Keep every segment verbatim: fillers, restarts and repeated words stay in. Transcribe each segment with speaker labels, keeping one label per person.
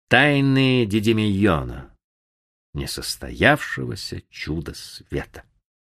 Speaker 1: Тайны Дидимийона, несостоявшегося чуда света.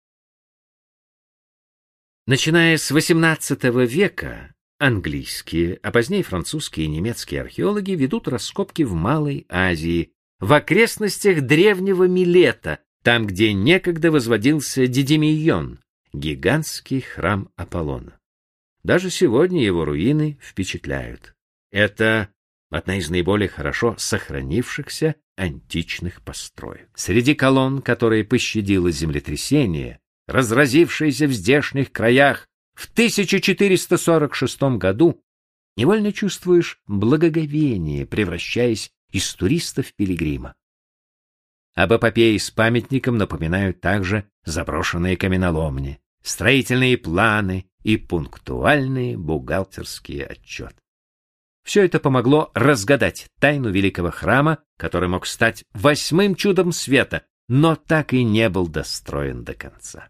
Speaker 1: Начиная с восемнадцатого века английские, а позднее французские и немецкие археологи ведут раскопки в Малой Азии, в окрестностях древнего Милета, там, где некогда возводился Дидимийон, гигантский храм Аполлона. Даже сегодня его руины впечатляют. Это одна из наиболее хорошо сохранившихся античных построек. Среди колонн, которые пощадило землетрясение, разразившееся в здешних краях в тысяча четыреста сорок шестом году, невольно чувствуешь благоговение, превращаясь из туриста в пилигрима. Об эпопее с памятником напоминают также заброшенные каменоломни, строительные планы и пунктуальные бухгалтерские отчеты. Все это помогло разгадать тайну великого храма, который мог стать восьмым чудом света, но так и не был достроен до конца.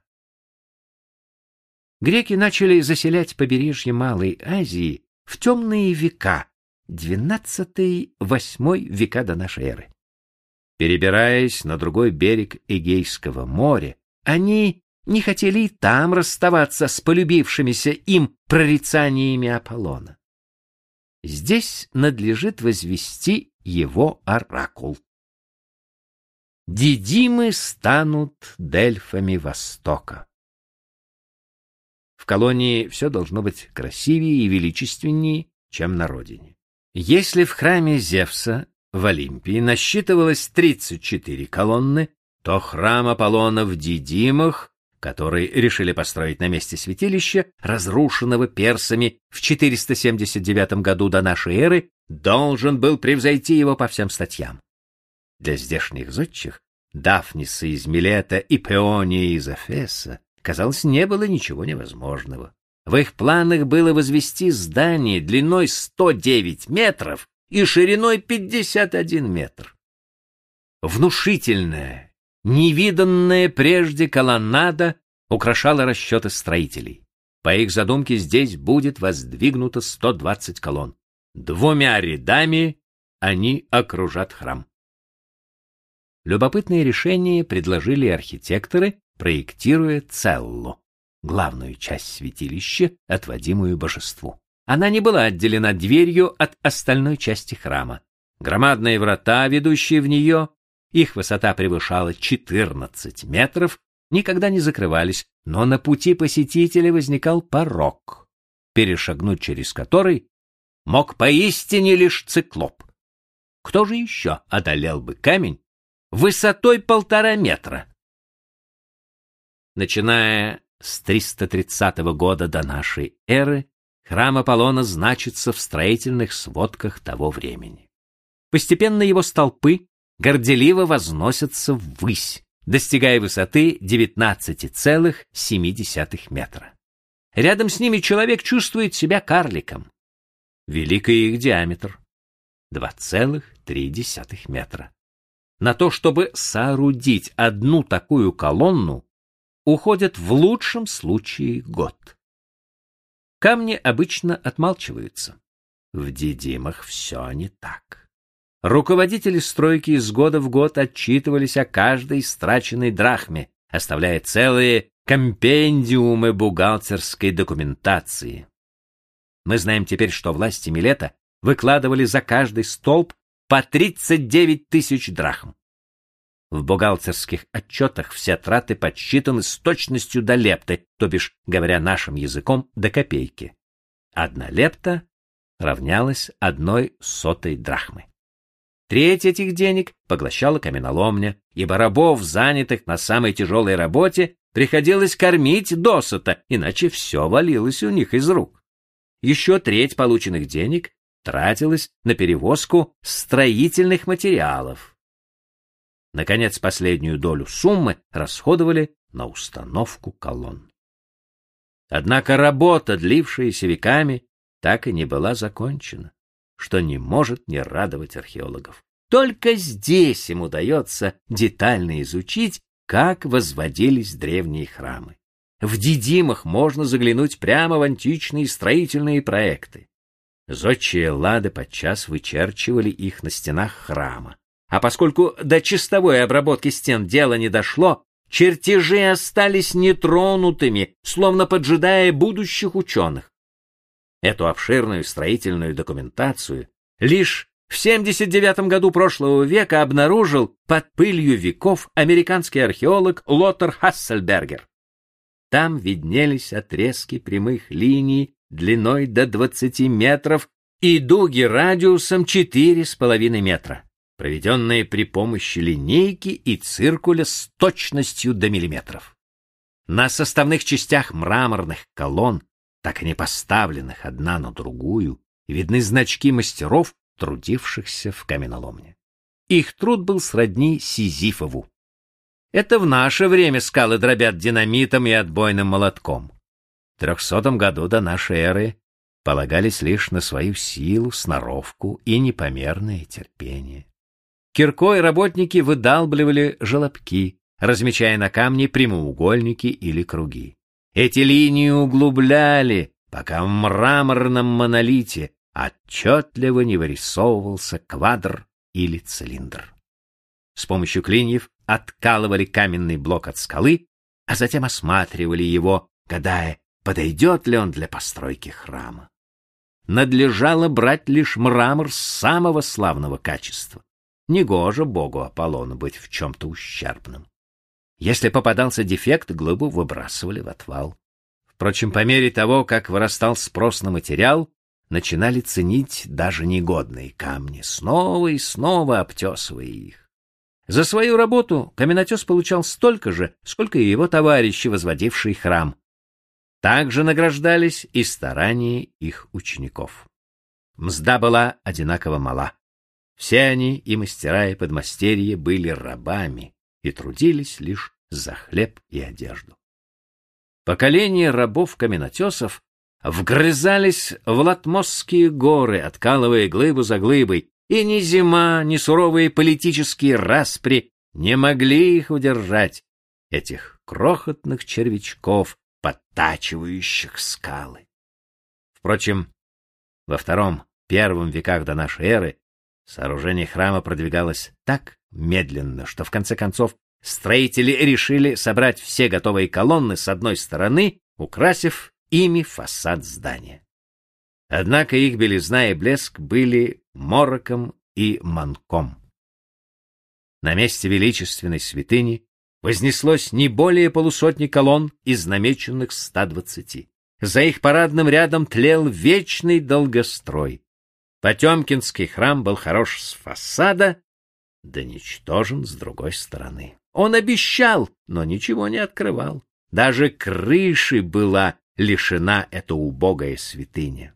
Speaker 1: Греки начали заселять побережье Малой Азии в темные века, двенадцатый-восьмой века до нашей эры. Перебираясь на другой берег Эгейского моря, они не хотели и там расставаться с полюбившимися им прорицаниями Аполлона. Здесь надлежит возвести его оракул. Дидимы станут Дельфами Востока. В колонии все должно быть красивее и величественнее, чем на родине. Если в храме Зевса в Олимпии насчитывалось тридцать четыре колонны, то храм Аполлона в Дидимах, который решили построить на месте святилища, разрушенного персами в четыреста семьдесят девятом году до нашей эры, должен был превзойти его по всем статьям. Для здешних зодчих, Дафниса из Милета и Пеония из Эфеса, казалось, не было ничего невозможного. В их планах было возвести здание длиной сто девять метров и шириной пятьдесят один метр. Внушительная, невиданная прежде колоннада украшала расчеты строителей. По их задумке здесь будет воздвигнуто сто двадцать колонн. Двумя рядами они окружат храм. Любопытное решение предложили архитекторы, проектируя целлу, главную часть святилища, отводимую божеству. Она не была отделена дверью от остальной части храма. Громадные врата, ведущие в нее, их высота превышала четырнадцать метров, никогда не закрывались, но на пути посетителя возникал порог, перешагнуть через который мог поистине лишь циклоп. Кто же еще одолел бы камень высотой полтора метра? Начиная с триста тридцатого года до нашей эры, храм Аполлона значится в строительных сводках того времени. Постепенно его столпы горделиво возносятся ввысь, достигая высоты девятнадцать целых семь десятых метра. Рядом с ними человек чувствует себя карликом. Велик и их диаметр — два целых три десятых метра. На то, чтобы соорудить одну такую колонну, уходит в лучшем случае год. Камни обычно отмалчиваются. В Дидимах все не так. Руководители стройки из года в год отчитывались о каждой истраченной драхме, оставляя целые компендиумы бухгалтерской документации. Мы знаем теперь, что власти Милета выкладывали за каждый столб по тридцать девять тысяч драхм. В бухгалтерских отчетах все траты подсчитаны с точностью до лепты, то бишь, говоря нашим языком, до копейки. Одна лепта равнялась одной сотой драхмы. Треть этих денег поглощала каменоломня, ибо рабов, занятых на самой тяжелой работе, приходилось кормить досыта, иначе все валилось у них из рук. Еще треть полученных денег тратилась на перевозку строительных материалов. Наконец, последнюю долю суммы расходовали на установку колонн. Однако работа, длившаяся веками, так и не была закончена, что не может не радовать археологов. Только здесь им удается детально изучить, как возводились древние храмы. В Дидимах можно заглянуть прямо в античные строительные проекты. Зодчие лады подчас вычерчивали их на стенах храма. А поскольку до чистовой обработки стен дело не дошло, чертежи остались нетронутыми, словно поджидая будущих ученых. Эту обширную строительную документацию лишь в семьдесят девятом году прошлого века обнаружил под пылью веков американский археолог Лотер Хассельбергер. Там виднелись отрезки прямых линий длиной до двадцати метров и дуги радиусом четыре с половиной метра, проведенные при помощи линейки и циркуля с точностью до миллиметров. На составных частях мраморных колонн, так и не поставленных одна на другую, видны значки мастеров, трудившихся в каменоломне. Их труд был сродни Сизифову. Это в наше время скалы дробят динамитом и отбойным молотком. В трехсотом году до нашей эры полагались лишь на свою силу, сноровку и непомерное терпение. Киркой работники выдалбливали желобки, размечая на камне прямоугольники или круги. Эти линии углубляли, пока в мраморном монолите отчетливо не вырисовывался квадр или цилиндр. С помощью клиньев откалывали каменный блок от скалы, а затем осматривали его, гадая, подойдет ли он для постройки храма. Надлежало брать лишь мрамор самого славного качества. Негоже богу Аполлону быть в чем-то ущербным. Если попадался дефект, глыбу выбрасывали в отвал. Впрочем, по мере того, как вырастал спрос на материал, начинали ценить даже негодные камни, снова и снова обтесывая их. За свою работу каменотес получал столько же, сколько и его товарищи, возводившие храм. Также награждались и старания их учеников. Мзда была одинаково мала. Все они, и мастера, и подмастерья, были рабами и трудились лишь за хлеб и одежду. Поколения рабов-каменотесов вгрызались в Латмосские горы, откалывая глыбу за глыбой, и ни зима, ни суровые политические распри не могли их удержать, этих крохотных червячков, подтачивающих скалы. Впрочем, во втором-первом веках до нашей эры сооружение храма продвигалось так медленно, что в конце концов строители решили собрать все готовые колонны с одной стороны, украсив ими фасад здания. Однако их белизна и блеск были мороком и манком. На месте величественной святыни вознеслось не более полусотни колонн из намеченных ста двадцати. За их парадным рядом тлел вечный долгострой. Потемкинский храм был хорош с фасада, да ничтожен с другой стороны. Он обещал, но ничего не открывал. Даже крыши была лишена эта убогая святыня.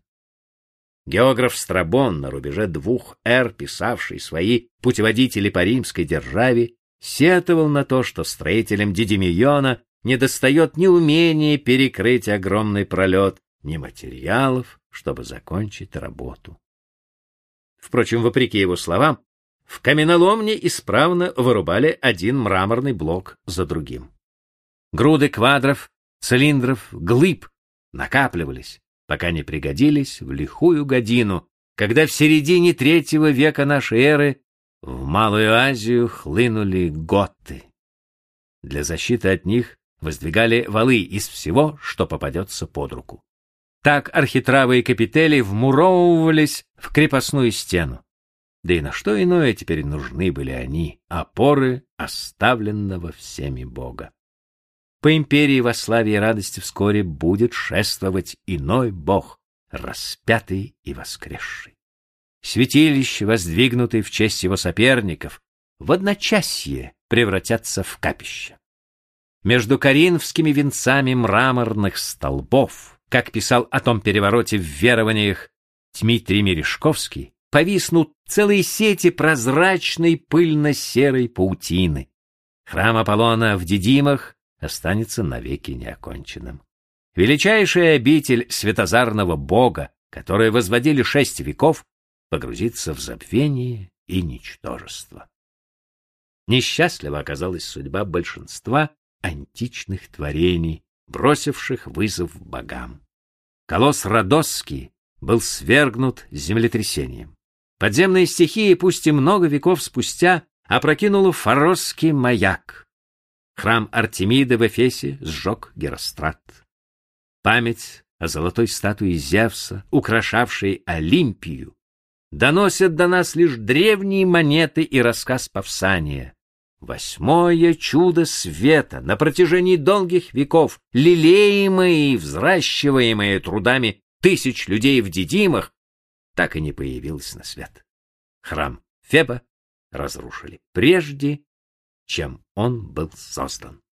Speaker 1: Географ Страбон, на рубеже двух эр писавший свои путеводители по римской державе, сетовал на то, что строителям Дидимиона недостает ни умения перекрыть огромный пролет, ни материалов, чтобы закончить работу. Впрочем, вопреки его словам, в каменоломне исправно вырубали один мраморный блок за другим. Груды квадров, цилиндров, глыб накапливались, пока не пригодились в лихую годину, когда в середине третьего века нашей эры в Малую Азию хлынули готты. Для защиты от них воздвигали валы из всего, что попадется под руку. Так архитравы и капители вмуровывались в крепостную стену. Да и на что иное теперь нужны были они, опоры оставленного всеми Бога. По империи во славе и радости вскоре будет шествовать иной Бог, распятый и воскресший. Святилища, воздвигнутые в честь его соперников, в одночасье превратятся в капища. Между коринфскими венцами мраморных столбов, как писал о том перевороте в верованиях Дмитрий Мережковский, повиснут целые сети прозрачной пыльно-серой паутины. Храм Аполлона в Дидимах останется навеки неоконченным. Величайшая обитель светозарного бога, которую возводили шесть веков, погрузится в забвение и ничтожество. Несчастлива оказалась судьба большинства античных творений, бросивших вызов богам. Колосс Родосский, был свергнут землетрясением. Подземная стихия, пусть и много веков спустя, опрокинула Фаросский маяк. Храм Артемиды в Эфесе сжег Герострат. Память о золотой статуе Зевса, украшавшей Олимпию, доносят до нас лишь древние монеты и рассказ Павсания. Восьмое чудо света, на протяжении долгих веков, лелеемое и взращиваемое трудами тысяч людей в Дидимах, так и не появилось на свет. Храм Феба разрушили прежде, чем он был создан.